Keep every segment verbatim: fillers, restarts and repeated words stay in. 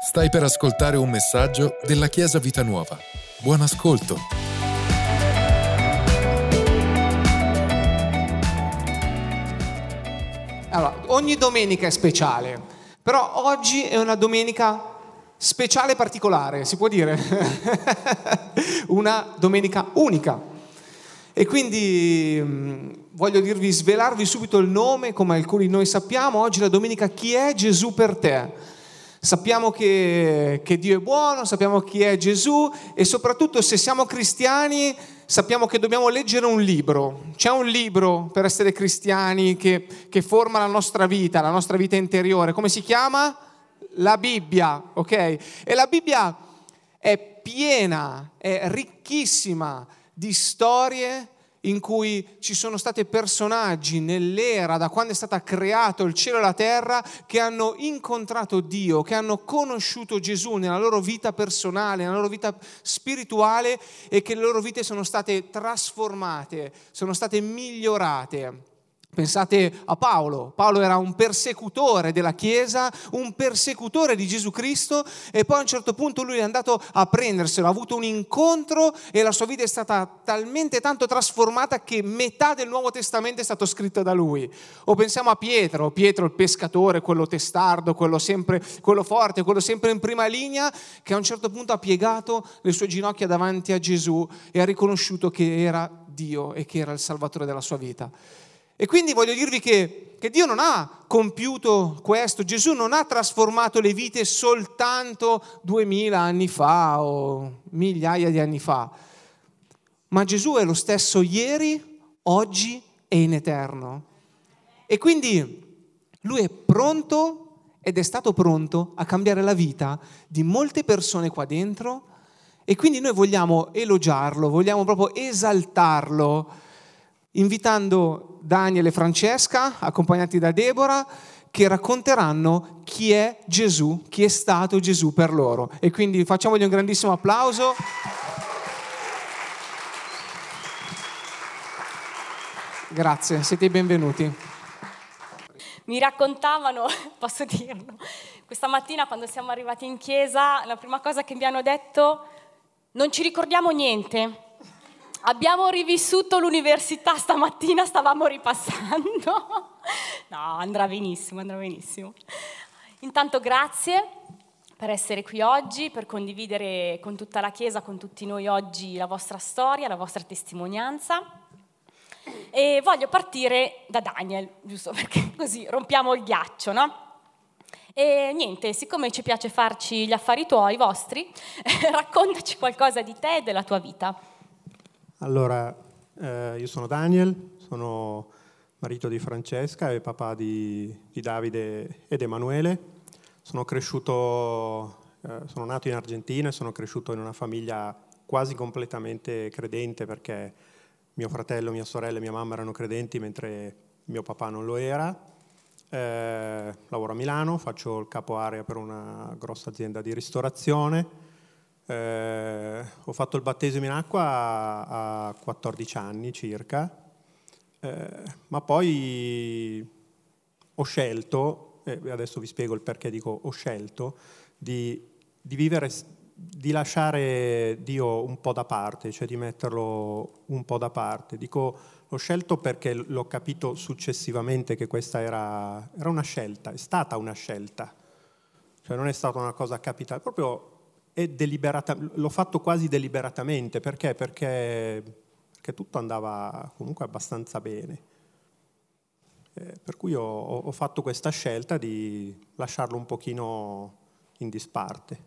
Stai per ascoltare un messaggio della Chiesa Vita Nuova. Buon ascolto. Allora, ogni domenica è speciale, però oggi è una domenica speciale particolare, si può dire? Una domenica unica. E quindi mh, voglio dirvi, svelarvi subito il nome, come alcuni di noi sappiamo. Oggi è la domenica Chi è Gesù per te? Sappiamo che, che Dio è buono, sappiamo chi è Gesù e soprattutto se siamo cristiani sappiamo che dobbiamo leggere un libro. C'è un libro per essere cristiani che, che forma la nostra vita, la nostra vita interiore. Come si chiama? La Bibbia, ok? E la Bibbia è piena, è ricchissima di storie in cui ci sono stati personaggi nell'era, da quando è stato creato il cielo e la terra, che hanno incontrato Dio, che hanno conosciuto Gesù nella loro vita personale, nella loro vita spirituale e che le loro vite sono state trasformate, sono state migliorate. Pensate a Paolo. Paolo era un persecutore della Chiesa, un persecutore di Gesù Cristo e poi a un certo punto lui è andato a prenderselo, ha avuto un incontro e la sua vita è stata talmente tanto trasformata che metà del Nuovo Testamento è stato scritto da lui. O pensiamo a Pietro, Pietro il pescatore, quello testardo, quello sempre, quello forte, quello sempre in prima linea, che a un certo punto ha piegato le sue ginocchia davanti a Gesù e ha riconosciuto che era Dio e che era il Salvatore della sua vita. E quindi voglio dirvi che, che Dio non ha compiuto questo, Gesù non ha trasformato le vite soltanto duemila anni fa o migliaia di anni fa, ma Gesù è lo stesso ieri, oggi e in eterno. E quindi Lui è pronto ed è stato pronto a cambiare la vita di molte persone qua dentro e quindi noi vogliamo elogiarlo, vogliamo proprio esaltarlo, invitando Daniel e Francesca, accompagnati da Deborah, che racconteranno chi è Gesù, chi è stato Gesù per loro. E quindi facciamogli un grandissimo applauso. Grazie, siete i benvenuti. Mi raccontavano, posso dirlo, questa mattina quando siamo arrivati in chiesa, la prima cosa che mi hanno detto: non ci ricordiamo niente. Abbiamo rivissuto l'università stamattina, stavamo ripassando. No, andrà benissimo, andrà benissimo. Intanto grazie per essere qui oggi, per condividere con tutta la Chiesa, con tutti noi oggi la vostra storia, la vostra testimonianza. E voglio partire da Daniel, giusto perché così rompiamo il ghiaccio, no? E niente, siccome ci piace farci gli affari tuoi, vostri, raccontaci qualcosa di te e della tua vita. Allora, eh, io sono Daniel, sono marito di Francesca e papà di, di Davide ed Emanuele. Sono cresciuto, eh, sono nato in Argentina e sono cresciuto in una famiglia quasi completamente credente perché mio fratello, mia sorella e mia mamma erano credenti mentre mio papà non lo era. Eh, lavoro a Milano, faccio il capo area per una grossa azienda di ristorazione. Eh, ho fatto il battesimo in acqua a, a quattordici anni circa, eh, ma poi ho scelto, e eh, adesso vi spiego il perché dico ho scelto, di, di vivere, di lasciare Dio un po' da parte, cioè di metterlo un po' da parte. Dico l'ho scelto perché l'ho capito successivamente che questa era, era una scelta, è stata una scelta, cioè non è stata una cosa capitale, proprio è deliberata, l'ho fatto quasi deliberatamente, perché? Perché, perché tutto andava comunque abbastanza bene. Eh, per cui ho, ho fatto questa scelta di lasciarlo un pochino in disparte.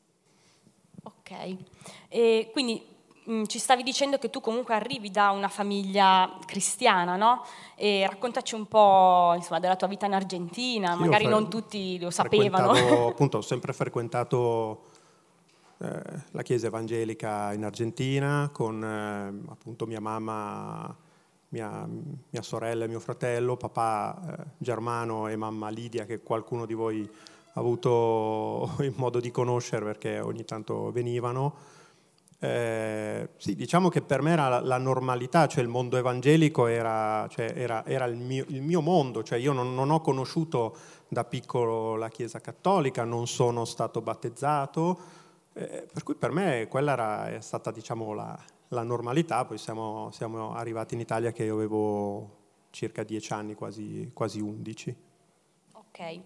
Ok, e quindi mh, ci stavi dicendo che tu comunque arrivi da una famiglia cristiana, no? E raccontaci un po', insomma, della tua vita in Argentina, Sì, magari fre- non tutti lo sapevano. Appunto, ho sempre frequentato eh, la chiesa evangelica in Argentina con eh, appunto mia mamma, mia, mia sorella e mio fratello, papà eh, Germano e mamma Lidia, che qualcuno di voi ha avuto il modo di conoscere perché ogni tanto venivano. Eh, sì, diciamo che per me era la, la normalità, cioè il mondo evangelico era, cioè era, era il, mio, il mio mondo, cioè io non, non ho conosciuto da piccolo la Chiesa cattolica, non sono stato battezzato, eh, per cui per me quella era, è stata, diciamo, la, la normalità. Poi siamo, siamo arrivati in Italia che io avevo circa dieci anni, quasi, quasi undici. Ok,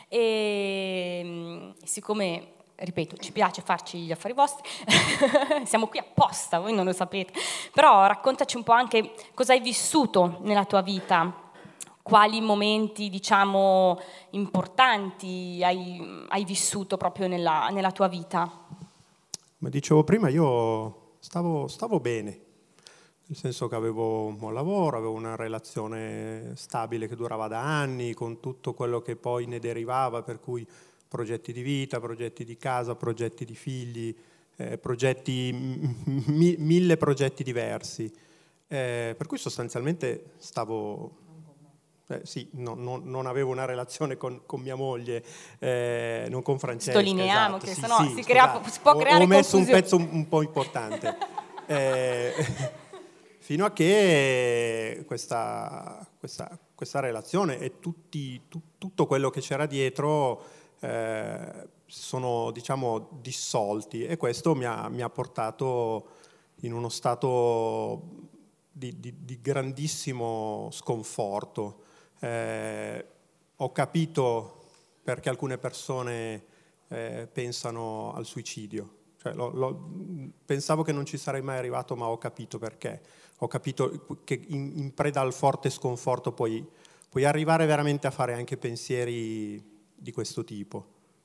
e siccome, ripeto, ci piace farci gli affari vostri, siamo qui apposta, voi non lo sapete, però raccontaci un po' anche cosa hai vissuto nella tua vita, quali momenti, diciamo, importanti hai, hai vissuto proprio nella, nella tua vita. Come dicevo prima, io stavo, stavo bene, nel senso che avevo un buon lavoro, avevo una relazione stabile che durava da anni, con tutto quello che poi ne derivava, per cui progetti di vita, progetti di casa, progetti di figli, eh, progetti, mi, mille progetti diversi. Eh, per cui sostanzialmente stavo... Eh, sì, no, no, non avevo una relazione con, con mia moglie, eh, non con Francesca. Sottolineiamo esatto, che sì, sennò sì, si, crea, si può creare ho, ho messo confusione. un pezzo un, un po' importante. eh, fino a che questa, questa, questa relazione e tutti, tu, tutto quello che c'era dietro eh, sono, diciamo, dissolti, e questo mi ha, mi ha portato in uno stato di, di, di grandissimo sconforto. Eh, ho capito perché alcune persone eh, pensano al suicidio. Cioè, lo, lo, pensavo che non ci sarei mai arrivato, ma ho capito perché. Ho capito che in, in preda al forte sconforto puoi, puoi arrivare veramente a fare anche pensieri di questo tipo.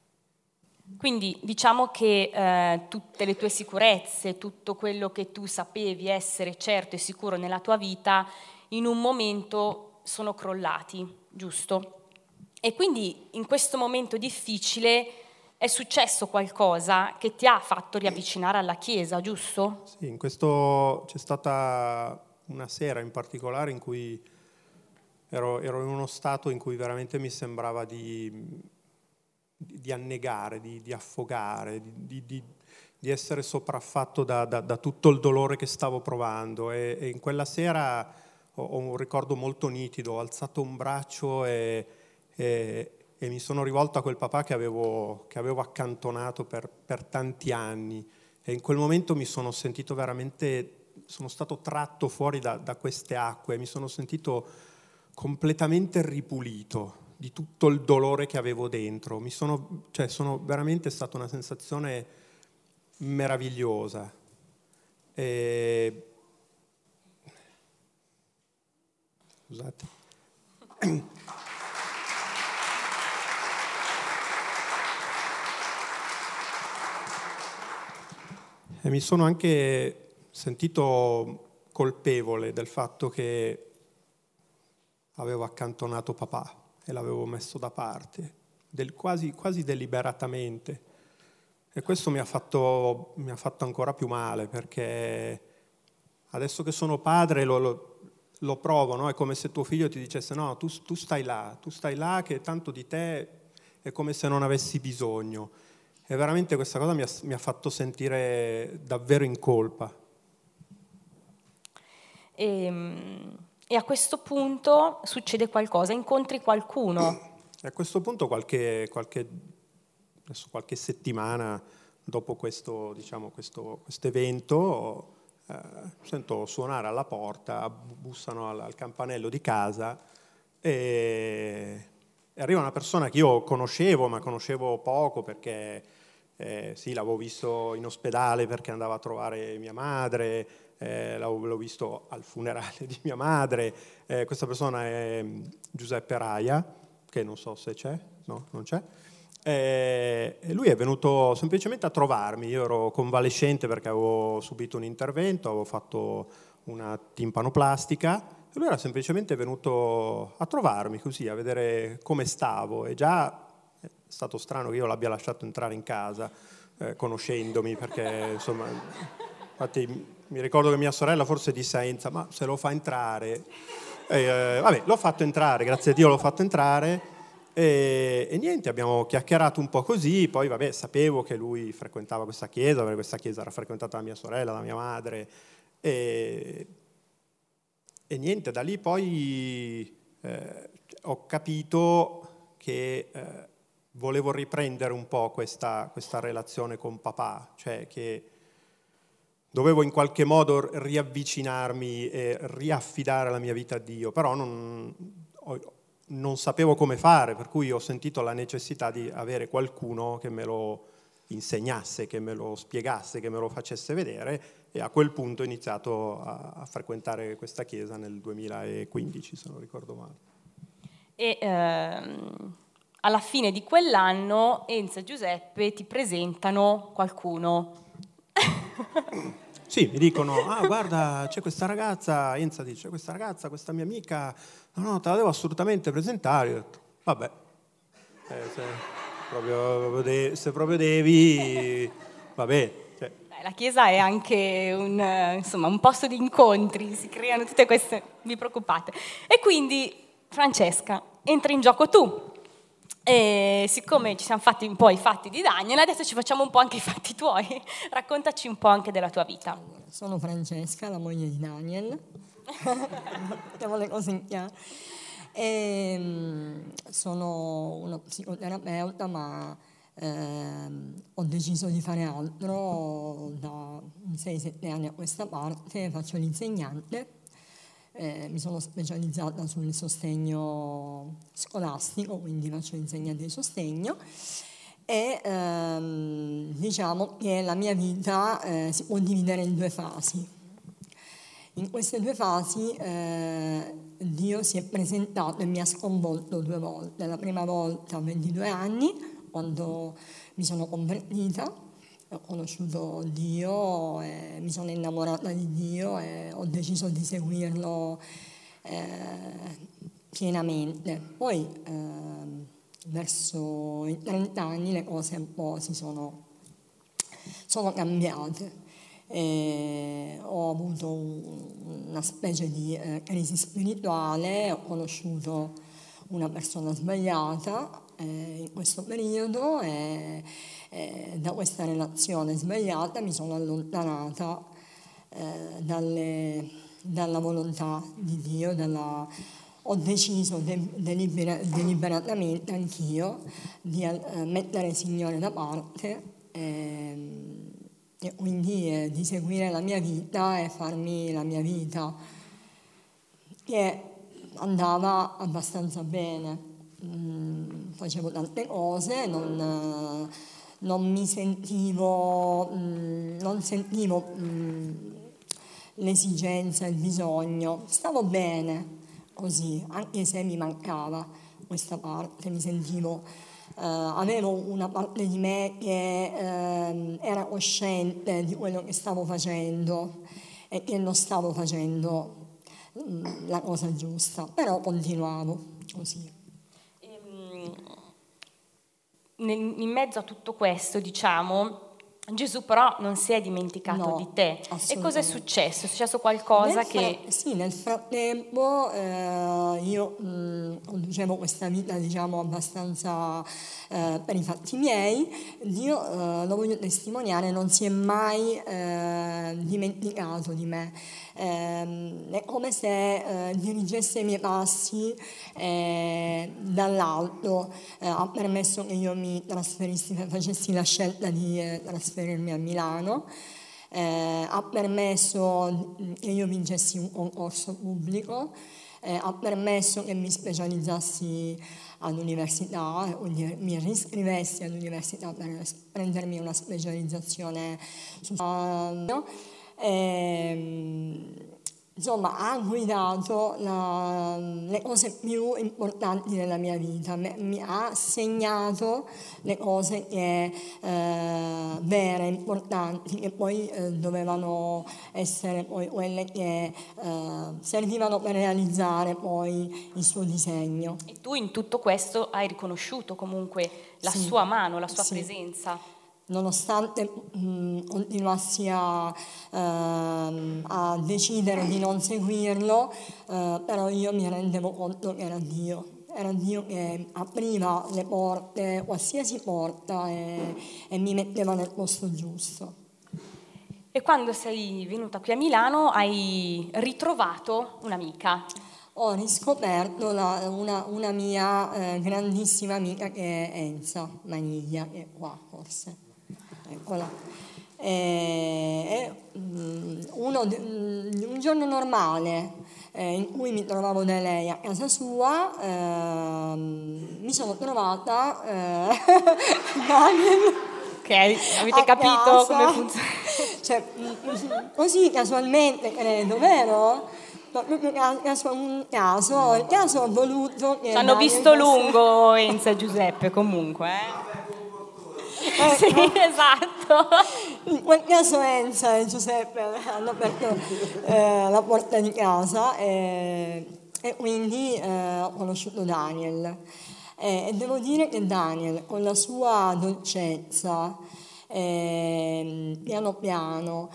Quindi diciamo che eh, tutte le tue sicurezze, tutto quello che tu sapevi essere certo e sicuro nella tua vita, in un momento sono crollati, giusto? E quindi in questo momento difficile è successo qualcosa che ti ha fatto riavvicinare alla Chiesa, giusto? Sì, in questo c'è stata una sera in particolare in cui ero, ero in uno stato in cui veramente mi sembrava di, di, di annegare, di, di affogare, di, di, di essere sopraffatto da, da, da tutto il dolore che stavo provando, e, e in quella sera ho un ricordo molto nitido, ho alzato un braccio e, e, e mi sono rivolto a quel papà che avevo, che avevo accantonato per, per tanti anni, e in quel momento mi sono sentito veramente, sono stato tratto fuori da, da queste acque, mi sono sentito completamente ripulito di tutto il dolore che avevo dentro. Mi sono, cioè, sono veramente stata una sensazione meravigliosa. E, Scusate. E mi sono anche sentito colpevole del fatto che avevo accantonato papà e l'avevo messo da parte, del, quasi, quasi deliberatamente. E questo mi ha fatto, mi ha fatto ancora più male, perché adesso che sono padre lo, lo lo provo, no? È come se tuo figlio ti dicesse no, tu, tu stai là, tu stai là che tanto di te è come se non avessi bisogno. E veramente questa cosa mi ha, mi ha fatto sentire davvero in colpa. E, e a questo punto succede qualcosa, incontri qualcuno. E a questo punto qualche, qualche, adesso qualche settimana dopo questo, diciamo, questo, questo evento, Eh, sento suonare alla porta, bussano al, al campanello di casa e, e arriva una persona che io conoscevo, ma conoscevo poco perché eh, sì, l'avevo visto in ospedale perché andava a trovare mia madre, eh, l'avevo, l'ho visto al funerale di mia madre. Eh, questa persona è Giuseppe Raia, che non so se c'è, no, non c'è. E lui è venuto semplicemente a trovarmi. Io ero convalescente perché avevo subito un intervento, avevo fatto una timpanoplastica, e lui era semplicemente venuto a trovarmi così, a vedere come stavo. E già è stato strano che io l'abbia lasciato entrare in casa, eh, conoscendomi, perché insomma, infatti mi ricordo che mia sorella forse disse a Enza, ma se lo fa entrare, eh, vabbè, l'ho fatto entrare, grazie a Dio l'ho fatto entrare. E, e niente, abbiamo chiacchierato un po' così, poi vabbè, sapevo che lui frequentava questa chiesa, perché questa chiesa era frequentata da mia sorella, da mia madre, e, e niente, da lì poi eh, ho capito che eh, volevo riprendere un po' questa, questa relazione con papà, cioè che dovevo in qualche modo riavvicinarmi e riaffidare la mia vita a Dio, però non, non sapevo come fare, per cui ho sentito la necessità di avere qualcuno che me lo insegnasse, che me lo spiegasse, che me lo facesse vedere, e a quel punto ho iniziato a, a frequentare questa chiesa nel duemilaquindici, se non ricordo male. E ehm, alla fine di quell'anno Enzo e Giuseppe ti presentano qualcuno. Sì, mi dicono, ah guarda, c'è questa ragazza, Enza dice, questa ragazza, questa mia amica, no, no, te la devo assolutamente presentare. Io ho detto, vabbè, eh, se, proprio, de- se proprio devi, vabbè. Cioè. Beh, la chiesa è anche un, insomma, un posto di incontri, si creano tutte queste, non vi preoccupate. E quindi, Francesca, entri in gioco tu. E siccome ci siamo fatti un po' i fatti di Daniel, adesso ci facciamo un po' anche i fatti tuoi. Raccontaci un po' anche della tua vita. Allora, sono Francesca, la moglie di Daniel. Mettiamo le cose in chiaro. E, sono una psicoterapeuta, ma ehm, ho deciso di fare altro da sei sette anni a questa parte. Faccio l'insegnante. Eh, mi sono specializzata sul sostegno scolastico, quindi faccio insegnante di sostegno e ehm, diciamo che la mia vita eh, si può dividere in due fasi. In queste due fasi eh, Dio si è presentato e mi ha sconvolto due volte. La prima volta a ventidue anni, quando mi sono convertita, ho conosciuto Dio, e mi sono innamorata di Dio e ho deciso di seguirlo eh, pienamente. Poi eh, verso i trenta anni le cose un po' si sono, sono cambiate. E ho avuto un, una specie di eh, crisi spirituale, ho conosciuto una persona sbagliata eh, in questo periodo e Eh, da questa relazione sbagliata mi sono allontanata eh, dalle, dalla volontà di Dio, dalla, ho deciso de, delibera, deliberatamente anch'io di eh, mettere il Signore da parte eh, e quindi eh, di seguire la mia vita e farmi la mia vita, che andava abbastanza bene. Mm, facevo tante cose, non... non mi sentivo, mh, non sentivo mh, l'esigenza, il bisogno, stavo bene così, anche se mi mancava questa parte, mi sentivo, eh, avevo una parte di me che eh, era cosciente di quello che stavo facendo e che non stavo facendo mh, la cosa giusta, però continuavo così. In mezzo a tutto questo, diciamo, Gesù però non si è dimenticato no, di te. E cosa è successo? È successo qualcosa nel che... fra- sì, nel frattempo eh, io mh, conducevo questa vita, diciamo, abbastanza eh, per i fatti miei. Dio, eh, lo voglio testimoniare, non si è mai eh, dimenticato di me. Eh, è come se eh, dirigesse i miei passi eh, dall'alto, eh, ha permesso che io mi trasferissi, facessi la scelta di eh, trasferirmi a Milano, eh, ha permesso che io vincessi un concorso pubblico, eh, ha permesso che mi specializzassi all'università, quindi mi riscrivessi all'università per prendermi una specializzazione su e, insomma, ha guidato la, le cose più importanti della mia vita, mi, mi ha segnato le cose che, eh, vere, importanti, che poi eh, dovevano essere poi quelle che eh, servivano per realizzare poi il suo disegno. E tu in tutto questo hai riconosciuto comunque la sì, sua mano, la sua sì. presenza. Nonostante mh, continuassi a, ehm, a decidere di non seguirlo, eh, però io mi rendevo conto che era Dio era Dio che apriva le porte, qualsiasi porta, e, e mi metteva nel posto giusto. E quando sei venuta qui a Milano hai ritrovato un'amica. Ho riscoperto la, una, una mia eh, grandissima amica che è Enza Maniglia, che è qua forse, eccola. E, e, uno, un giorno normale eh, in cui mi trovavo da lei a casa sua, eh, mi sono trovata eh, Daniel. Ok, avete capito casa. come funziona? Cioè, così casualmente, credo, vero? Un caso, un caso, il caso ho voluto che ci hanno Daniel visto fosse... lungo Enza e Giuseppe comunque, eh? Eh, sì, esatto. In quel caso Enza e Giuseppe hanno aperto eh, la porta di casa e, e quindi eh, ho conosciuto Daniel. E, e devo dire che Daniel, con la sua dolcezza, eh, piano piano,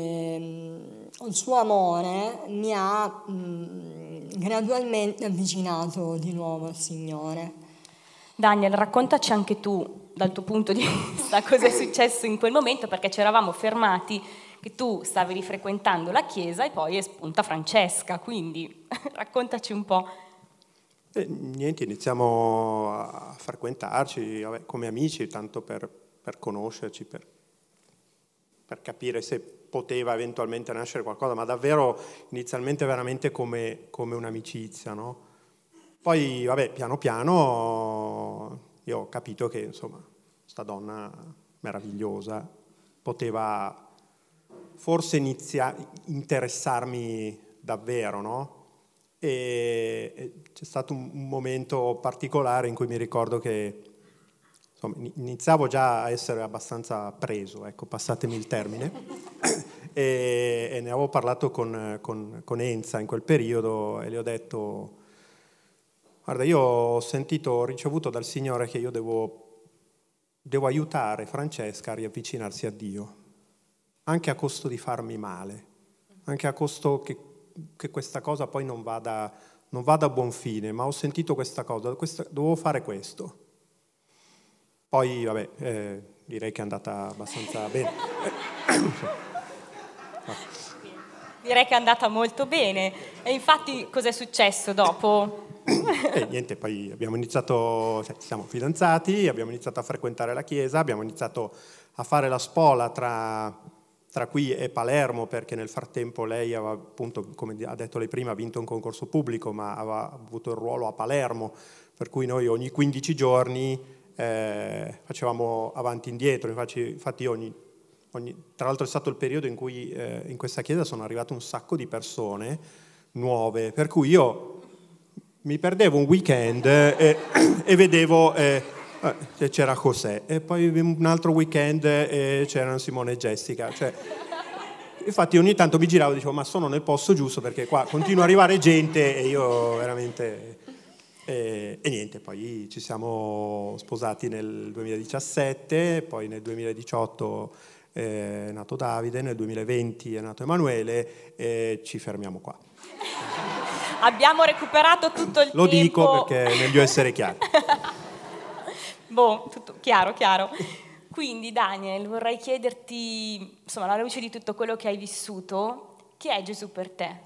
eh, il suo amore mi ha mh, gradualmente avvicinato di nuovo al Signore. Daniel, raccontaci anche tu, dal tuo punto di vista, cosa è successo in quel momento, perché ci eravamo fermati che tu stavi rifrequentando la chiesa e poi è spunta Francesca, quindi raccontaci un po'. Eh, niente, iniziamo a frequentarci vabbè, come amici, tanto per, per conoscerci, per, per capire se poteva eventualmente nascere qualcosa, ma davvero inizialmente veramente come, come un'amicizia, no? Poi, vabbè, piano piano io ho capito che, insomma, sta donna meravigliosa poteva forse iniziare, interessarmi davvero, no? E, e c'è stato un, un momento particolare in cui mi ricordo che insomma, iniziavo già a essere abbastanza preso, ecco, passatemi il termine, e, e ne avevo parlato con, con, con Enza in quel periodo e le ho detto: guarda, io ho sentito, ho ricevuto dal Signore che io devo, devo aiutare Francesca a riavvicinarsi a Dio, anche a costo di farmi male, anche a costo che, che questa cosa poi non vada, non vada a buon fine, ma ho sentito questa cosa, questa, dovevo fare questo. Poi, vabbè, eh, direi che è andata abbastanza bene. Direi che è andata molto bene. E infatti cos'è successo dopo? E niente, poi abbiamo iniziato, cioè, siamo fidanzati, abbiamo iniziato a frequentare la chiesa, abbiamo iniziato a fare la spola tra, tra qui e Palermo, perché nel frattempo lei aveva, appunto, come ha detto lei prima, vinto un concorso pubblico, ma aveva avuto il ruolo a Palermo, per cui noi ogni quindici giorni eh, facevamo avanti e indietro. Infatti, infatti ogni, ogni, tra l'altro è stato il periodo in cui eh, in questa chiesa sono arrivate un sacco di persone nuove, per cui io mi perdevo un weekend e, e vedevo eh, eh, c'era José, e poi un altro weekend e c'erano Simone e Jessica, cioè, infatti ogni tanto mi giravo e dicevo: ma sono nel posto giusto, perché qua continua ad arrivare gente e io veramente e, e niente. Poi ci siamo sposati nel duemiladiciassette, poi nel duemiladiciotto è nato Davide, nel duemilaventi è nato Emanuele e ci fermiamo qua. Abbiamo recuperato tutto il Lo tempo. dico perché è meglio essere chiari. Boh, tutto chiaro, chiaro. Quindi Daniel, vorrei chiederti, insomma, alla luce di tutto quello che hai vissuto, chi è Gesù per te?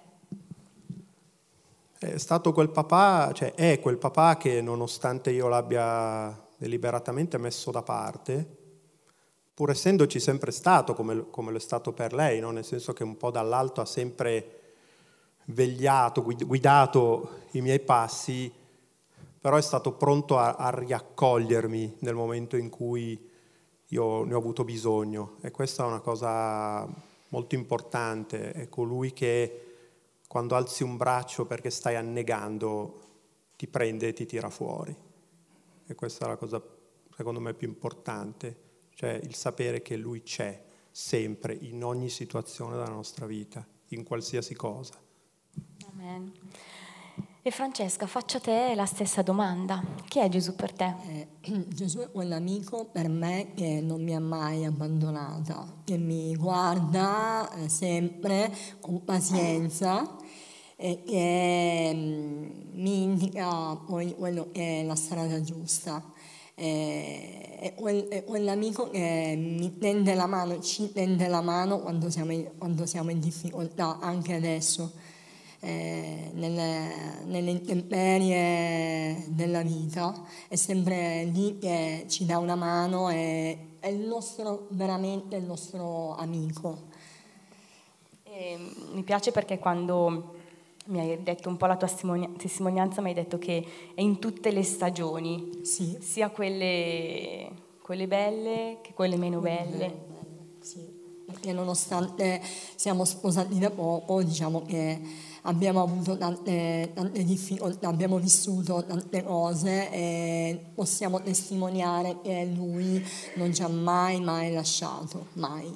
È stato quel papà, cioè è quel papà che, nonostante io l'abbia deliberatamente messo da parte, pur essendoci sempre stato, come, come lo è stato per lei, no? Nel senso che un po' dall'alto ha sempre vegliato, guidato i miei passi, però è stato pronto a, a riaccogliermi nel momento in cui io ne ho avuto bisogno, e questa è una cosa molto importante. È colui che quando alzi un braccio perché stai annegando ti prende e ti tira fuori, e questa è la cosa secondo me più importante, cioè il sapere che lui c'è sempre in ogni situazione della nostra vita, in qualsiasi cosa. Amen. E Francesca, faccio a te la stessa domanda. Chi è Gesù per te? Eh, Gesù è quell'amico per me che non mi ha mai abbandonata, che mi guarda eh, sempre con pazienza, e che mm, mi indica poi quello che è la strada giusta. E, e, quel, e quell'amico che mi tende la mano, ci tende la mano quando siamo in, quando siamo in difficoltà, anche adesso, eh, nelle, nelle intemperie della vita, è sempre lì che ci dà una mano, e è il nostro, veramente il nostro amico. E mi piace perché quando mi hai detto un po' la tua testimonianza, mi hai detto che è in tutte le stagioni, Sì. sia quelle, quelle belle che quelle meno belle. Belle, sì. Perché nonostante siamo sposati da poco, diciamo che abbiamo avuto tante, tante difficoltà, abbiamo vissuto tante cose e possiamo testimoniare che lui non ci ha mai, mai lasciato, mai.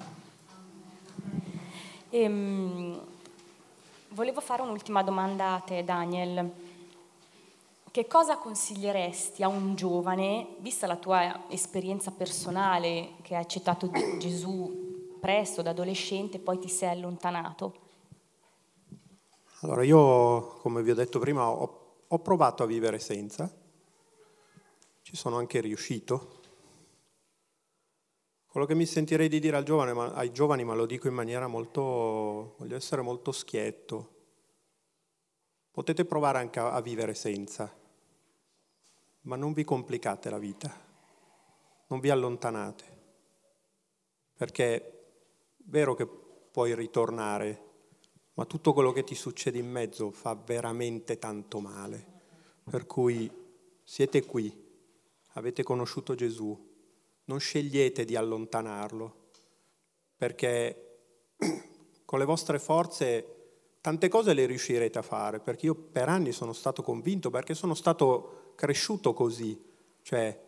Ehm, volevo fare un'ultima domanda a te, Daniel. Che cosa consiglieresti a un giovane, vista la tua esperienza personale, che hai accettato Gesù presto, da adolescente, poi ti sei allontanato? Allora, io, come vi ho detto prima, ho, ho provato a vivere senza, ci sono anche riuscito. Quello che mi sentirei di dire al giovane, ma, ai giovani, ma lo dico in maniera molto, voglio essere molto schietto, potete provare anche a, a vivere senza, ma non vi complicate la vita, non vi allontanate, perché è vero che puoi ritornare, ma tutto quello che ti succede in mezzo fa veramente tanto male, per cui siete qui, avete conosciuto Gesù, non scegliete di allontanarlo, perché con le vostre forze tante cose le riuscirete a fare, perché io per anni sono stato convinto, perché sono stato cresciuto così, cioè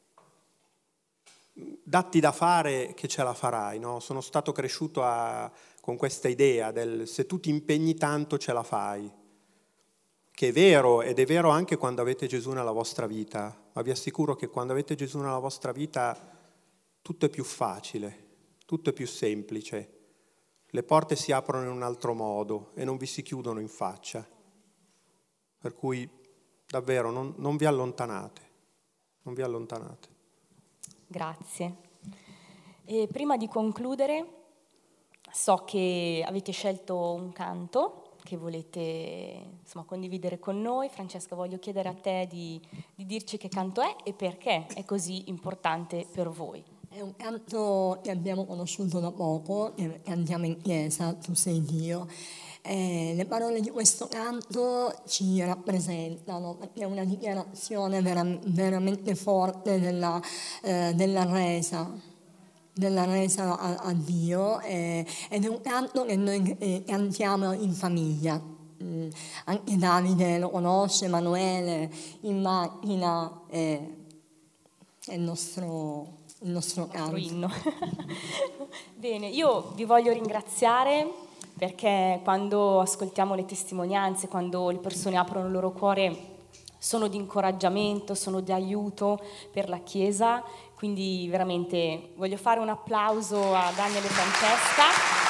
datti da fare che ce la farai, no? Sono stato cresciuto a, con questa idea del se tu ti impegni tanto ce la fai, che è vero, ed è vero anche quando avete Gesù nella vostra vita, ma vi assicuro che quando avete Gesù nella vostra vita tutto è più facile, tutto è più semplice, le porte si aprono in un altro modo e non vi si chiudono in faccia, per cui davvero non, non vi allontanate, non vi allontanate. Grazie. E prima di concludere, so che avete scelto un canto che volete insomma condividere con noi. Francesca, voglio chiedere a te di, di dirci che canto è e perché è così importante per voi. È un canto che abbiamo conosciuto da poco, che cantiamo in chiesa, Tu sei Dio. Eh, le parole di questo canto ci rappresentano, perché è una dichiarazione vera, veramente forte della, eh, della resa, della resa a, a Dio, eh, ed è un canto che noi eh, cantiamo in famiglia. Mm, anche Davide lo conosce, Emanuele in macchina, eh, è il nostro... il nostro canto. Inno. Bene, io vi voglio ringraziare perché quando ascoltiamo le testimonianze, quando le persone aprono il loro cuore, sono di incoraggiamento, sono di aiuto per la Chiesa, quindi veramente voglio fare un applauso a Daniel e Francesca.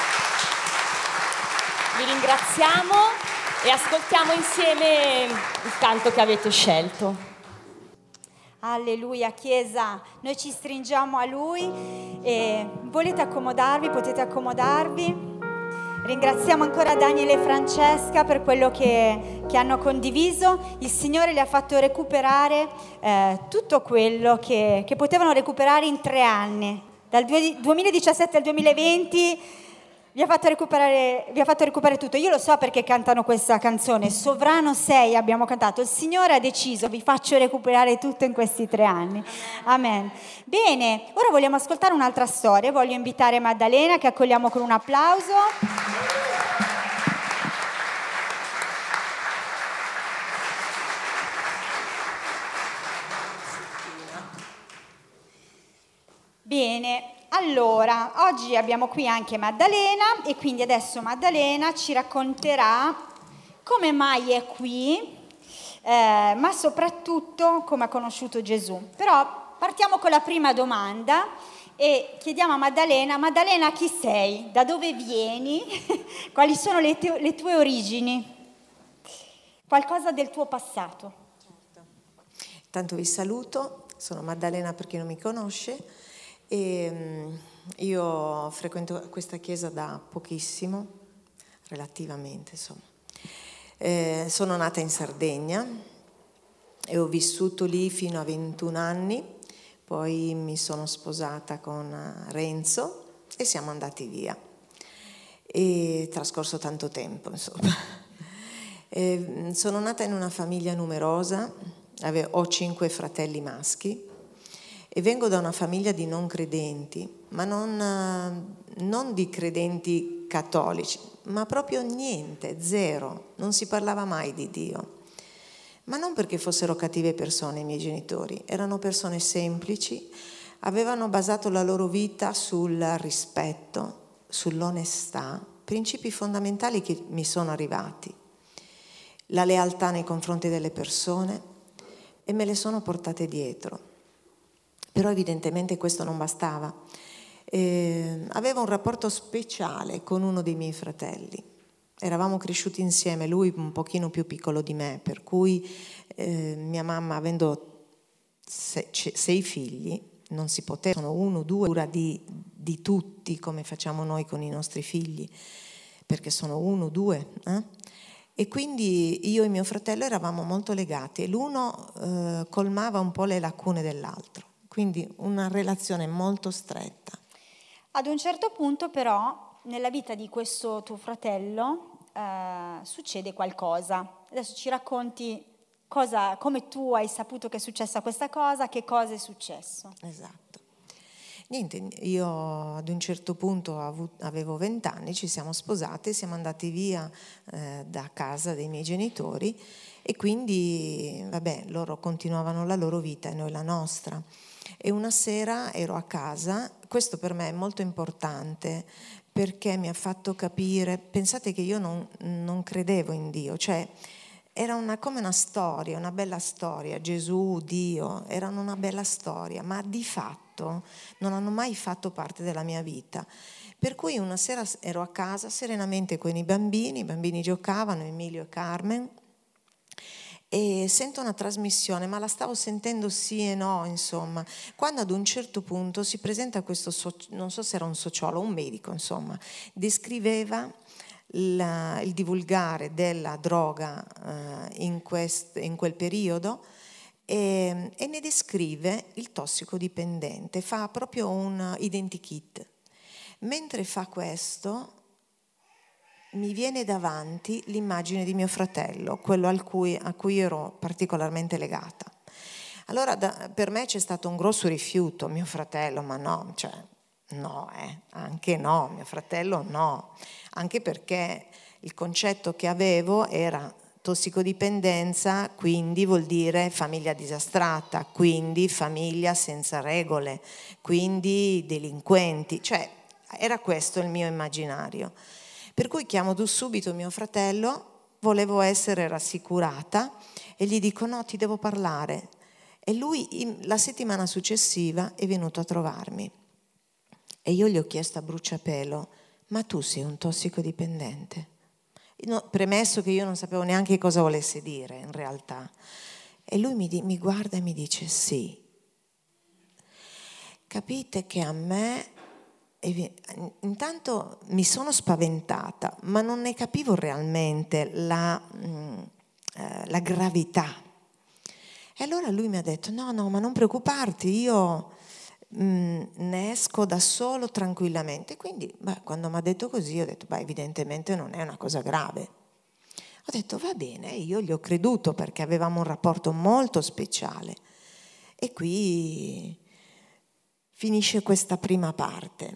Vi ringraziamo e ascoltiamo insieme il canto che avete scelto. Alleluia, Chiesa, noi ci stringiamo a Lui e volete accomodarvi, potete accomodarvi. Ringraziamo ancora Daniele e Francesca per quello che, che hanno condiviso. Il Signore li ha fatto recuperare eh, tutto quello che, che potevano recuperare in tre anni, dal duemiladiciassette al duemilaventi. Vi ha fatto recuperare, vi ha fatto recuperare tutto. Io lo so perché cantano questa canzone. Sovrano sei abbiamo cantato. Il Signore ha deciso, vi faccio recuperare tutto in questi tre anni. Amen. Bene, ora vogliamo ascoltare un'altra storia. Voglio invitare Maddalena, che accogliamo con un applauso. Bene. Allora, oggi abbiamo qui anche Maddalena e quindi adesso Maddalena ci racconterà come mai è qui, eh, ma soprattutto come ha conosciuto Gesù. Però partiamo con la prima domanda e chiediamo a Maddalena, Maddalena chi sei? Da dove vieni? Quali sono le, te- le tue origini? qualcosa del tuo passato. Tanto vi saluto, sono Maddalena per chi non mi conosce e io frequento questa chiesa da pochissimo, relativamente insomma. Eh, sono nata in Sardegna e ho vissuto lì fino a ventuno anni, poi mi sono sposata con Renzo e siamo andati via. E trascorso tanto tempo insomma. E sono nata in una famiglia numerosa, avevo, ho cinque fratelli maschi e vengo da una famiglia di non credenti, ma non, non di credenti cattolici, ma proprio niente, zero, non si parlava mai di Dio. Ma non perché fossero cattive persone i miei genitori, erano persone semplici, avevano basato la loro vita sul rispetto, sull'onestà, principi fondamentali che mi sono arrivati, la lealtà nei confronti delle persone, e me le sono portate dietro. Però evidentemente questo non bastava. Eh, avevo un rapporto speciale con uno dei miei fratelli. Eravamo cresciuti insieme, lui un pochino più piccolo di me, per cui eh, mia mamma, avendo se, sei figli, non si poteva, sono uno, due, cura di, di tutti come facciamo noi con i nostri figli, perché sono uno, due. Eh? E quindi io e mio fratello eravamo molto legati e l'uno eh, colmava un po' le lacune dell'altro, quindi una relazione molto stretta. Ad un certo punto però nella vita di questo tuo fratello eh, succede qualcosa. Adesso ci racconti cosa, come tu hai saputo che è successa questa cosa, che cosa è successo. Esatto. Niente, io ad un certo punto avevo vent'anni, ci siamo sposati, siamo andati via eh, da casa dei miei genitori e quindi, vabbè, loro continuavano la loro vita e noi la nostra. E una sera ero a casa, questo per me è molto importante perché mi ha fatto capire, pensate che io non, non credevo in Dio, cioè era una, come una storia, una bella storia, Gesù, Dio, erano una bella storia, ma di fatto non hanno mai fatto parte della mia vita. Per cui una sera ero a casa serenamente con i bambini, i bambini giocavano, Emilio e Carmen, e sento una trasmissione, ma la stavo sentendo sì e no, insomma, quando ad un certo punto si presenta questo, soci- non so se era un sociologo, un medico, insomma, descriveva La, il divulgare della droga eh, in, quest, in quel periodo e, e ne descrive il tossicodipendente, fa proprio un identikit. Mentre fa questo mi viene davanti l'immagine di mio fratello, quello al cui, a cui ero particolarmente legata. Allora da, per me c'è stato un grosso rifiuto, mio fratello, ma no, cioè no, eh, anche no, mio fratello no, anche perché il concetto che avevo era tossicodipendenza, quindi vuol dire famiglia disastrata, quindi famiglia senza regole, quindi delinquenti, cioè era questo il mio immaginario. Per cui chiamo subito mio fratello, volevo essere rassicurata e gli dico no, ti devo parlare. E lui la settimana successiva è venuto a trovarmi. E io gli ho chiesto a bruciapelo, ma tu sei un tossicodipendente? No, premesso che io non sapevo neanche cosa volesse dire in realtà. E lui mi, di, mi guarda e mi dice sì. Capite che a me, intanto mi sono spaventata, ma non ne capivo realmente la, mh, eh, la gravità. E allora lui mi ha detto no, no, ma non preoccuparti, io ne esco da solo tranquillamente. Quindi beh, quando mi ha detto così ho detto beh, evidentemente non è una cosa grave. Ho detto va bene, io gli ho creduto perché avevamo un rapporto molto speciale. E qui finisce questa prima parte.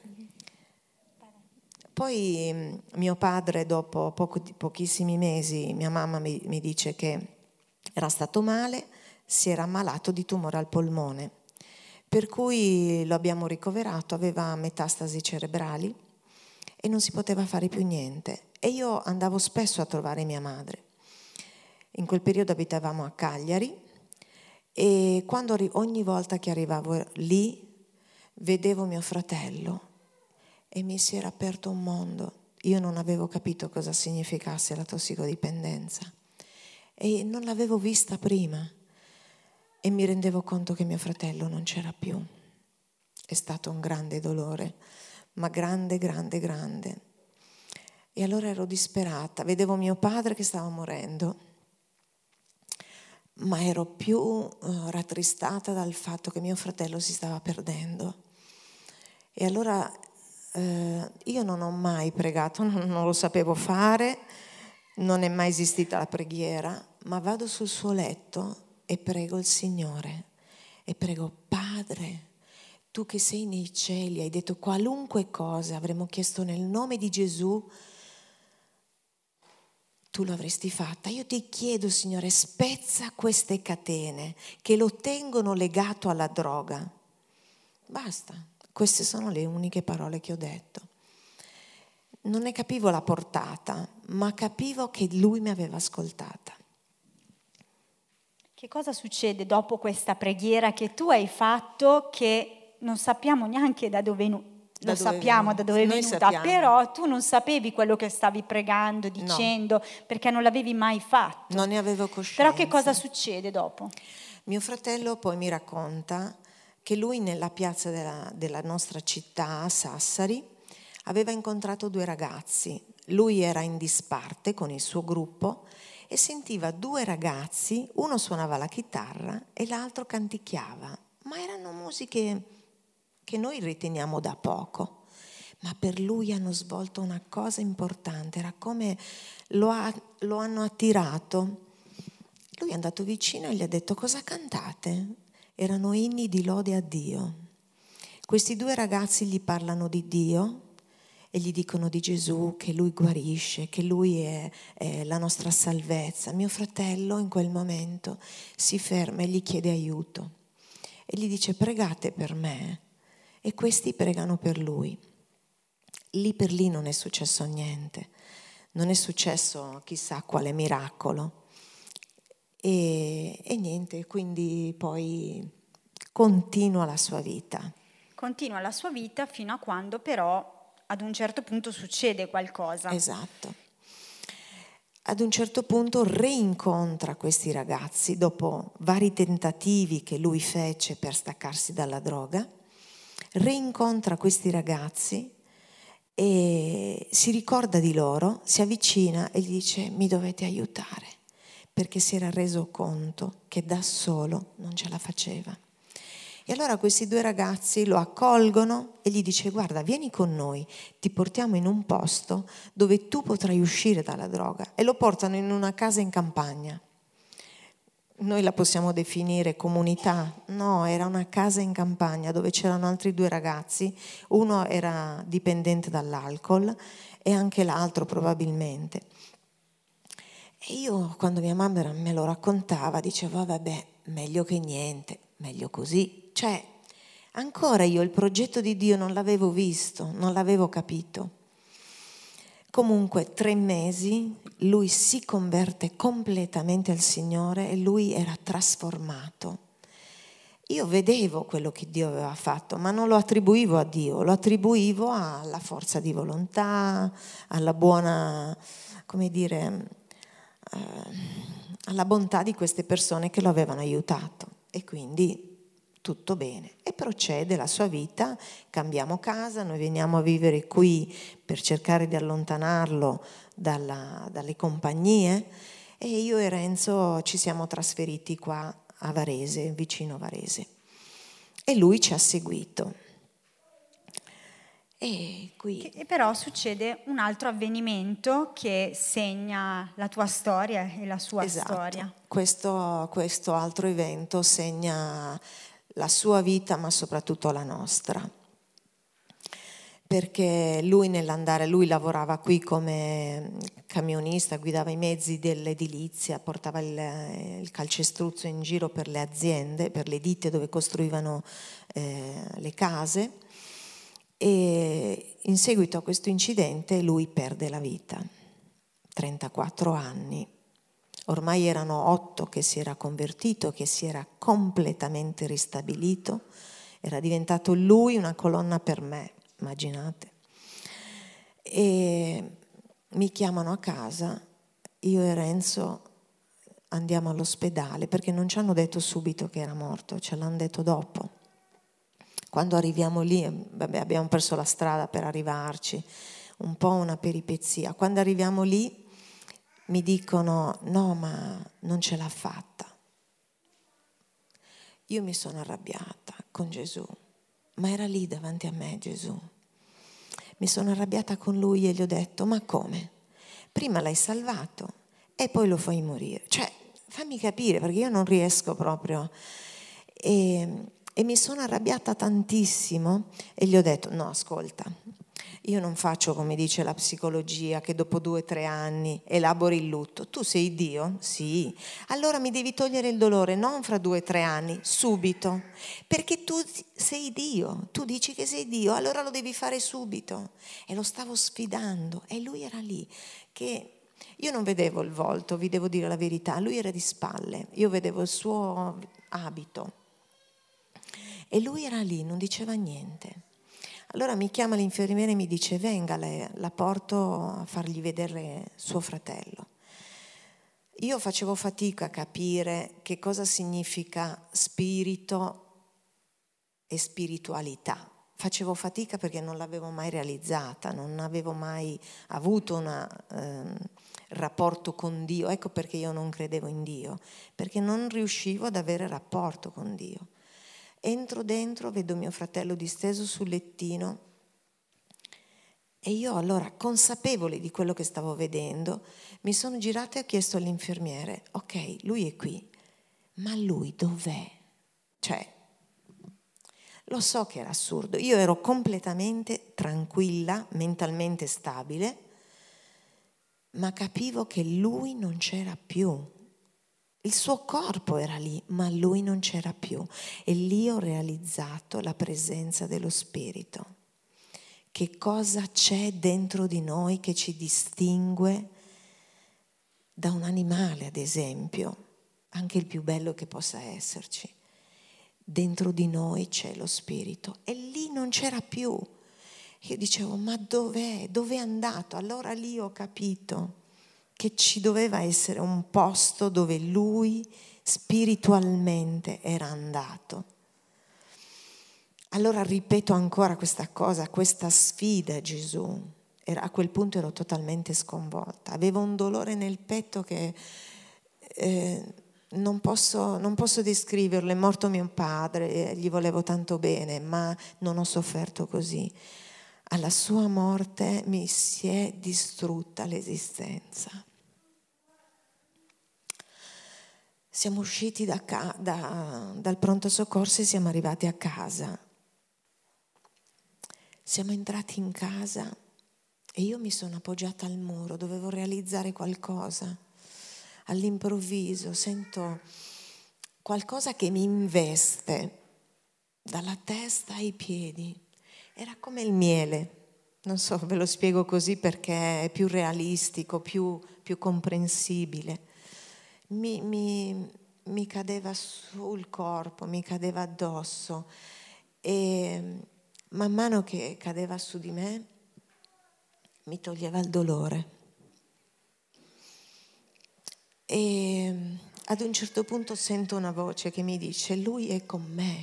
Poi mio padre, dopo poco, pochissimi mesi, mia mamma mi, mi dice che era stato male, si era ammalato di tumore al polmone. Per cui lo abbiamo ricoverato, aveva metastasi cerebrali e non si poteva fare più niente. E io andavo spesso a trovare mia madre. In quel periodo abitavamo a Cagliari e quando ogni volta che arrivavo lì vedevo mio fratello e mi si era aperto un mondo. Io non avevo capito cosa significasse la tossicodipendenza. e non l'avevo vista prima e mi rendevo conto che mio fratello non c'era più. È stato un grande dolore, ma grande, grande, grande. E allora ero disperata, vedevo mio padre che stava morendo, ma ero più uh, rattristata dal fatto che mio fratello si stava perdendo. E allora uh, io non ho mai pregato, non, non lo sapevo fare, non è mai esistita la preghiera, ma vado sul suo letto e prego il Signore e prego: Padre, tu che sei nei cieli, hai detto qualunque cosa avremmo chiesto nel nome di Gesù, tu l'avresti fatta. Io ti chiedo, Signore, spezza queste catene che lo tengono legato alla droga. Basta, queste sono le uniche parole che ho detto. Non ne capivo la portata, ma capivo che lui mi aveva ascoltata. Che cosa succede dopo questa preghiera che tu hai fatto, che non sappiamo neanche da dove nu- Da lo dove sappiamo viene. da dove è Noi venuta, sappiamo. però tu non sapevi quello che stavi pregando, dicendo, perché non l'avevi mai fatto. Non ne avevo coscienza. Però che cosa succede dopo? Mio fratello poi mi racconta che lui nella piazza della, della nostra città, a Sassari, aveva incontrato due ragazzi. Lui era in disparte con il suo gruppo e sentiva due ragazzi, uno suonava la chitarra e l'altro canticchiava, ma erano musiche che noi riteniamo da poco, ma per lui hanno svolto una cosa importante, era come lo, ha, lo hanno attirato. Lui è andato vicino e gli ha detto: cosa cantate? Erano inni di lode a Dio. Questi due ragazzi gli parlano di Dio e gli dicono di Gesù, che lui guarisce, che lui è, è la nostra salvezza. Mio fratello in quel momento si ferma e gli chiede aiuto e gli dice: pregate per me. E questi pregano per lui. Lì per lì non è successo niente, non è successo chissà quale miracolo. E, e niente, quindi poi continua la sua vita. Continua la sua vita fino a quando però ad un certo punto succede qualcosa. Esatto. Ad un certo punto reincontra questi ragazzi dopo vari tentativi che lui fece per staccarsi dalla droga. Reincontra questi ragazzi e si ricorda di loro, si avvicina e gli dice: mi dovete aiutare, perché si era reso conto che da solo non ce la faceva. E allora questi due ragazzi lo accolgono e gli dice: guarda, vieni con noi, ti portiamo in un posto dove tu potrai uscire dalla droga. E lo portano in una casa in campagna. Noi la possiamo definire comunità? No, era una casa in campagna dove c'erano altri due ragazzi, uno era dipendente dall'alcol e anche l'altro probabilmente. E io, quando mia mamma me lo raccontava, dicevo: vabbè, meglio che niente, meglio così. Cioè, ancora io il progetto di Dio non l'avevo visto, non l'avevo capito. Comunque, tre mesi, lui si converte completamente al Signore e lui era trasformato. Io vedevo quello che Dio aveva fatto, ma non lo attribuivo a Dio, lo attribuivo alla forza di volontà, alla buona, come dire, eh, alla bontà di queste persone che lo avevano aiutato. E quindi tutto bene. E procede la sua vita, cambiamo casa, noi veniamo a vivere qui per cercare di allontanarlo dalla, dalle compagnie e io e Renzo ci siamo trasferiti qua a Varese, vicino a Varese. E lui ci ha seguito. E qui... E però succede un altro avvenimento che segna la tua storia e la sua esatto. storia. Questo, questo altro evento segna la sua vita, ma soprattutto la nostra. Perché lui nell'andare, lui lavorava qui come camionista, guidava i mezzi dell'edilizia, portava il, il calcestruzzo in giro per le aziende, per le ditte dove costruivano eh, le case. E in seguito a questo incidente lui perde la vita, trentaquattro anni. Ormai erano otto che si era convertito, che si era completamente ristabilito, era diventato lui una colonna per me, immaginate. E mi chiamano a casa, io e Renzo andiamo all'ospedale, perché non ci hanno detto subito che era morto, ce l'hanno detto dopo. Quando arriviamo lì, vabbè, abbiamo perso la strada per arrivarci, un po' una peripezia. Quando arriviamo lì mi dicono no, ma non ce l'ha fatta. Io mi sono arrabbiata con Gesù, ma era lì davanti a me Gesù. Mi sono arrabbiata con lui e gli ho detto, ma come? Prima l'hai salvato e poi lo fai morire. Cioè, fammi capire, perché io non riesco proprio. E, e mi sono arrabbiata tantissimo e gli ho detto, no, ascolta, io non faccio come dice la psicologia, che dopo due o tre anni elabori il lutto. Tu sei Dio? Sì. Allora mi devi togliere il dolore, non fra due o tre anni, subito. Perché tu sei Dio, tu dici che sei Dio, allora lo devi fare subito. E lo stavo sfidando e lui era lì, che io non vedevo il volto, vi devo dire la verità, lui era di spalle, io vedevo il suo abito. E lui era lì, non diceva niente. Allora mi chiama l'infermiere e mi dice, venga, le, la porto a fargli vedere suo fratello. Io facevo fatica a capire che cosa significa spirito e spiritualità. Facevo fatica perché non l'avevo mai realizzata, non avevo mai avuto un eh, rapporto con Dio. Ecco perché io non credevo in Dio, perché non riuscivo ad avere rapporto con Dio. Entro dentro, vedo mio fratello disteso sul lettino e io allora, consapevole di quello che stavo vedendo, mi sono girata e ho chiesto all'infermiere, ok, lui è qui, ma lui dov'è? Cioè, lo so che era assurdo, io ero completamente tranquilla, mentalmente stabile, ma capivo che lui non c'era più. Il suo corpo era lì, ma lui non c'era più. E lì ho realizzato la presenza dello Spirito. Che cosa c'è dentro di noi che ci distingue da un animale, ad esempio, anche il più bello che possa esserci. Dentro di noi c'è lo Spirito e lì non c'era più. Io dicevo, ma dov'è? Dove è andato? Allora lì ho capito che ci doveva essere un posto dove lui spiritualmente era andato. Allora ripeto ancora questa cosa, questa sfida Gesù. Era, a quel punto ero totalmente sconvolta. Avevo un dolore nel petto che eh, non posso, non posso descriverlo. È morto mio padre, gli volevo tanto bene, ma non ho sofferto così. Alla sua morte mi si è distrutta l'esistenza. Siamo usciti da, da, dal pronto soccorso e siamo arrivati a casa. Siamo entrati in casa e io mi sono appoggiata al muro, dovevo realizzare qualcosa. All'improvviso sento qualcosa che mi investe dalla testa ai piedi. Era come il miele. Non so, ve lo spiego così perché è più realistico, più, più comprensibile. Mi, mi, mi cadeva sul corpo, mi cadeva addosso e man mano che cadeva su di me mi toglieva il dolore. E ad un certo punto sento una voce che mi dice, lui è con me.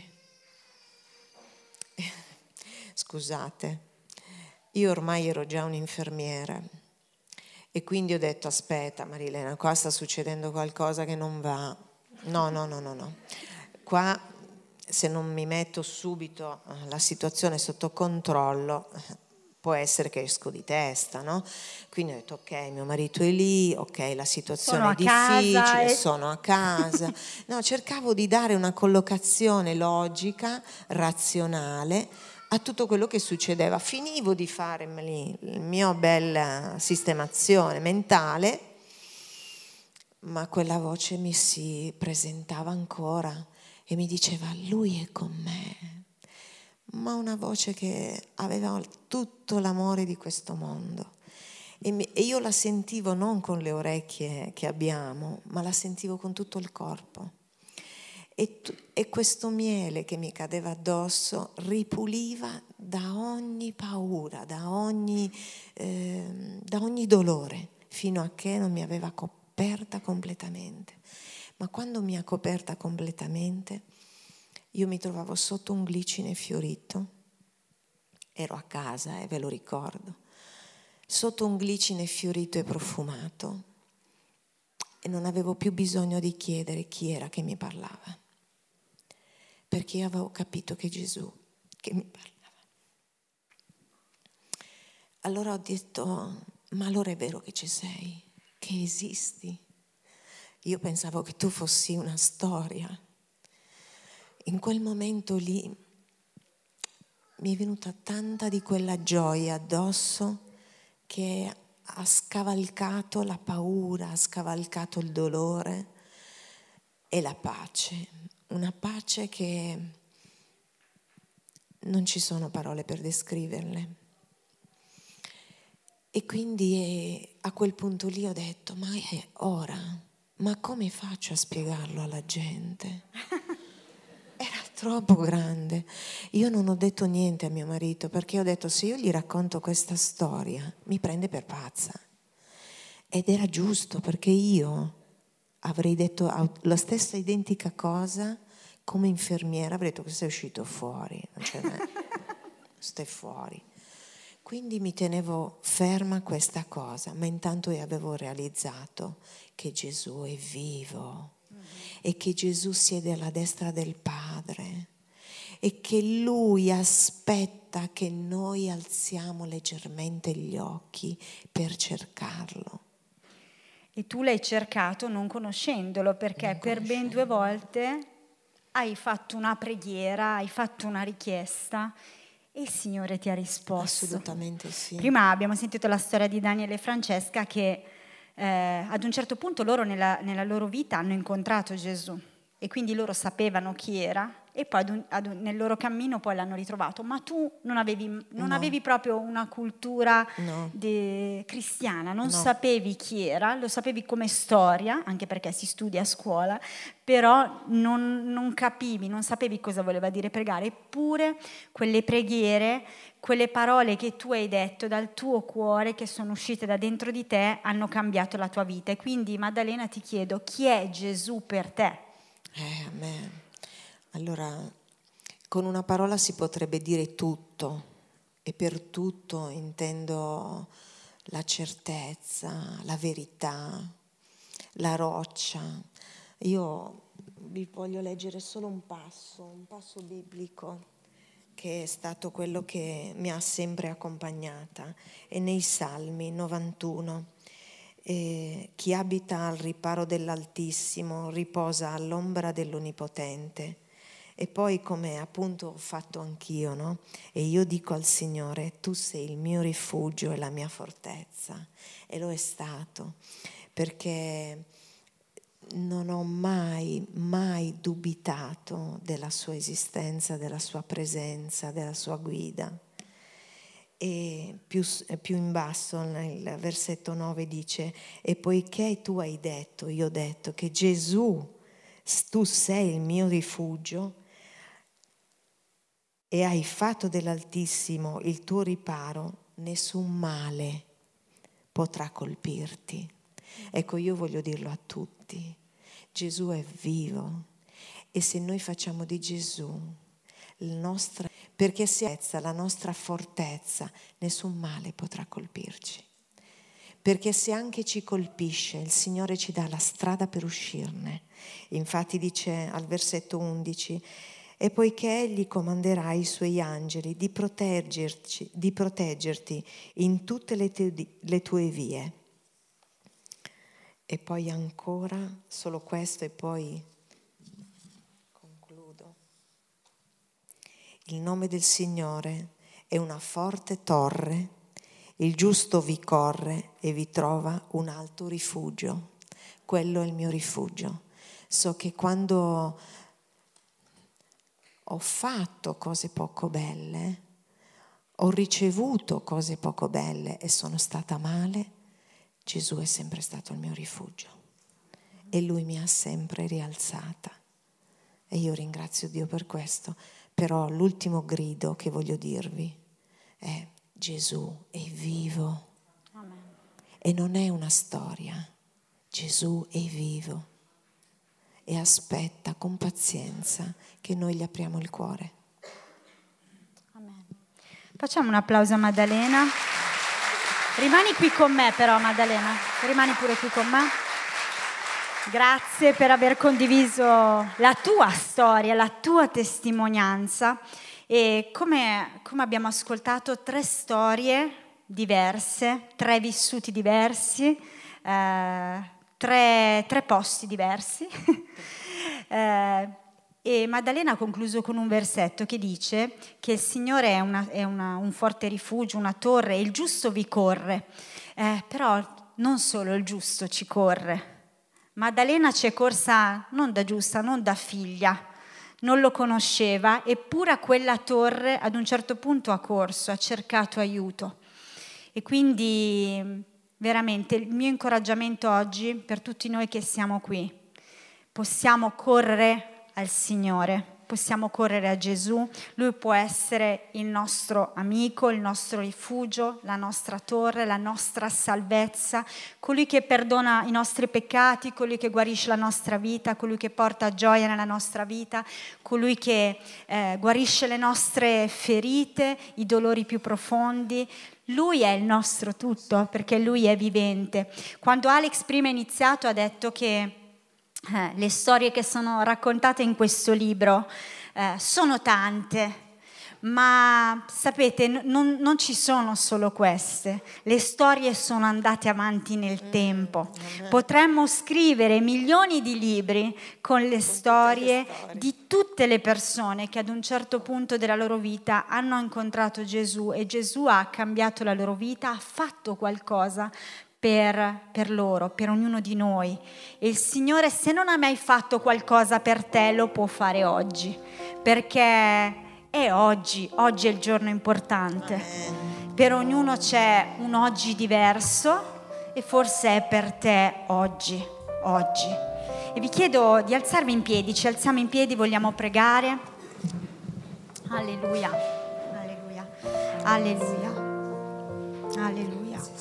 Scusate, io ormai ero già un'infermiera e quindi ho detto, aspetta Marilena, qua sta succedendo qualcosa che non va. No, no, no, no, no. Qua se non mi metto subito la situazione sotto controllo, può essere che esco di testa, no? Quindi ho detto, ok, mio marito è lì, ok, la situazione sono è difficile, e... sono a casa. No, cercavo di dare una collocazione logica, razionale, a tutto quello che succedeva. Finivo di fare il mio bella sistemazione mentale, ma quella voce mi si presentava ancora e mi diceva, lui è con me. Ma una voce che aveva tutto l'amore di questo mondo. E, mi, e io la sentivo non con le orecchie che abbiamo, ma la sentivo con tutto il corpo. E, e questo miele che mi cadeva addosso ripuliva da ogni paura, da ogni, eh, da ogni dolore, fino a che non mi aveva coperta completamente. Ma quando mi ha coperta completamente, io mi trovavo sotto un glicine fiorito, ero a casa e ve lo ricordo, sotto un glicine fiorito e profumato, e non avevo più bisogno di chiedere chi era che mi parlava, perché io avevo capito che Gesù che mi parlava. Allora ho detto, ma allora è vero che ci sei, che esisti? Io pensavo che tu fossi una storia. In quel momento lì mi è venuta tanta di quella gioia addosso che ha scavalcato la paura, ha scavalcato il dolore e la pace. Una pace che non ci sono parole per descriverle. E quindi a quel punto lì ho detto, ma è ora, ma come faccio a spiegarlo alla gente? Era troppo grande. Io non ho detto niente a mio marito, perché ho detto, se io gli racconto questa storia, mi prende per pazza. Ed era giusto, perché io avrei detto la stessa identica cosa come infermiera, avrei detto che sei uscito fuori, non c'è niente, stai fuori. Quindi mi tenevo ferma a questa cosa, ma intanto io avevo realizzato che Gesù è vivo mm-hmm. e che Gesù siede alla destra del Padre e che Lui aspetta che noi alziamo leggermente gli occhi per cercarlo. E tu l'hai cercato non conoscendolo, perché non per ben due volte hai fatto una preghiera, hai fatto una richiesta e il Signore ti ha risposto. Assolutamente sì. Prima abbiamo sentito la storia di Daniele e Francesca che eh, ad un certo punto loro nella, nella loro vita hanno incontrato Gesù e quindi loro sapevano chi era e poi ad un, ad un, nel loro cammino poi l'hanno ritrovato. Ma tu non avevi, non no. avevi proprio una cultura no. de, cristiana, non no. sapevi chi era, lo sapevi come storia, anche perché si studia a scuola, però non, non capivi, non sapevi cosa voleva dire pregare. Eppure quelle preghiere, quelle parole che tu hai detto dal tuo cuore, che sono uscite da dentro di te, hanno cambiato la tua vita. E quindi, Maddalena, ti chiedo, chi è Gesù per te? Eh, amen. Allora, con una parola si potrebbe dire tutto, e per tutto intendo la certezza, la verità, la roccia. Io vi voglio leggere solo un passo, un passo biblico, che è stato quello che mi ha sempre accompagnata, è nei Salmi novantuno. Eh, chi abita al riparo dell'Altissimo riposa all'ombra dell'Onnipotente. E poi, come appunto ho fatto anch'io, no? E io dico al Signore, tu sei il mio rifugio e la mia fortezza. E lo è stato, perché non ho mai, mai dubitato della sua esistenza, della sua presenza, della sua guida. E più, più in basso nel versetto nove dice, e poiché tu hai detto, io ho detto che Gesù, tu sei il mio rifugio e hai fatto dell'Altissimo il tuo riparo, nessun male potrà colpirti. Ecco, io voglio dirlo a tutti, Gesù è vivo e se noi facciamo di Gesù il nostro, perché se è la nostra fortezza, nessun male potrà colpirci. Perché se anche ci colpisce, il Signore ci dà la strada per uscirne. Infatti dice al versetto undici, e poiché Egli comanderà i Suoi angeli di proteggerci, di proteggerti in tutte le tue, le tue vie. E poi ancora, solo questo e poi concludo. Il nome del Signore è una forte torre, il giusto vi corre e vi trova un alto rifugio. Quello è il mio rifugio. So che quando ho fatto cose poco belle, ho ricevuto cose poco belle e sono stata male, Gesù è sempre stato il mio rifugio e Lui mi ha sempre rialzata e io ringrazio Dio per questo. Però l'ultimo grido che voglio dirvi è: Gesù è vivo. Amen. E non è una storia, Gesù è vivo e aspetta con pazienza che noi gli apriamo il cuore. Amen. Facciamo un applauso a Maddalena. Rimani qui con me però, Maddalena, rimani pure qui con me. Grazie per aver condiviso la tua storia, la tua testimonianza. E come, come abbiamo ascoltato, tre storie diverse, tre vissuti diversi, eh, tre, tre posti diversi. eh, e Maddalena ha concluso con un versetto che dice che il Signore è, una, è una, un forte rifugio, una torre, e il giusto vi corre. Eh, però non solo il giusto ci corre. Maddalena ci è corsa non da giusta, non da figlia, non lo conosceva, eppure a quella torre ad un certo punto ha corso, ha cercato aiuto. E quindi veramente il mio incoraggiamento oggi per tutti noi che siamo qui, possiamo correre al Signore, possiamo correre a Gesù, Lui può essere il nostro amico, il nostro rifugio, la nostra torre, la nostra salvezza, colui che perdona i nostri peccati, colui che guarisce la nostra vita, colui che porta gioia nella nostra vita, colui che eh, guarisce le nostre ferite, i dolori più profondi. Lui è il nostro tutto, perché Lui è vivente. Quando Alex prima ha iniziato ha detto che Eh, le storie che sono raccontate in questo libro eh, sono tante, ma sapete, n- non, non ci sono solo queste. Le storie sono andate avanti nel mm. tempo. Potremmo scrivere milioni di libri con le storie, storie di tutte le persone che ad un certo punto della loro vita hanno incontrato Gesù e Gesù ha cambiato la loro vita, ha fatto qualcosa Per, per loro, per ognuno di noi. E il Signore, se non ha mai fatto qualcosa per te, lo può fare oggi, perché è oggi, oggi è il giorno importante. Amen. Per ognuno c'è un oggi diverso e forse è per te oggi, oggi. E vi chiedo di alzarvi in piedi, ci alziamo in piedi, vogliamo pregare. Alleluia, alleluia, alleluia, alleluia.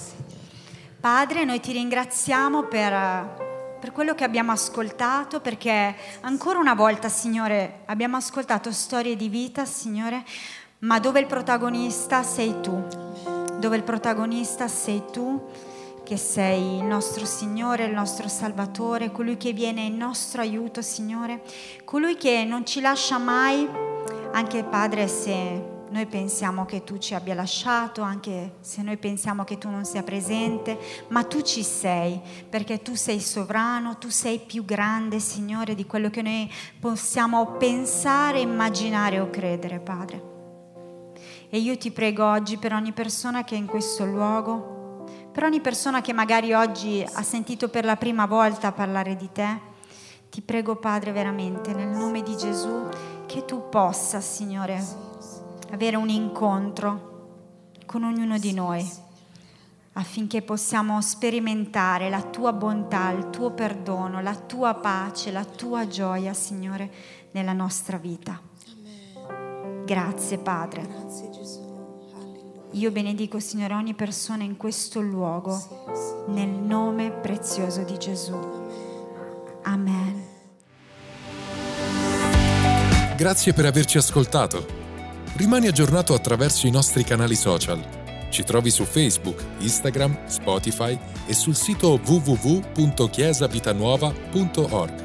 Padre, noi ti ringraziamo per, per quello che abbiamo ascoltato, perché ancora una volta, Signore, abbiamo ascoltato storie di vita, Signore, ma dove il protagonista sei tu, dove il protagonista sei tu, che sei il nostro Signore, il nostro Salvatore, colui che viene in nostro aiuto, Signore, colui che non ci lascia mai, anche Padre, se noi pensiamo che tu ci abbia lasciato, anche se noi pensiamo che tu non sia presente, ma tu ci sei, perché tu sei sovrano, tu sei più grande, Signore, di quello che noi possiamo pensare, immaginare o credere, Padre. E io ti prego oggi per ogni persona che è in questo luogo, per ogni persona che magari oggi ha sentito per la prima volta parlare di te, ti prego, Padre, veramente, nel nome di Gesù, che tu possa, Signore, avere un incontro con ognuno di noi, affinché possiamo sperimentare la tua bontà, il tuo perdono, la tua pace, la tua gioia, Signore, nella nostra vita. Amen. Grazie, Padre. Grazie, Gesù. Alleluia. Io benedico, Signore, ogni persona in questo luogo, sì, sì. Nel nome prezioso di Gesù. Amen. Grazie per averci ascoltato. Rimani aggiornato attraverso i nostri canali social. Ci trovi su Facebook, Instagram, Spotify e sul sito w w w punto chiesa vitanuova punto org.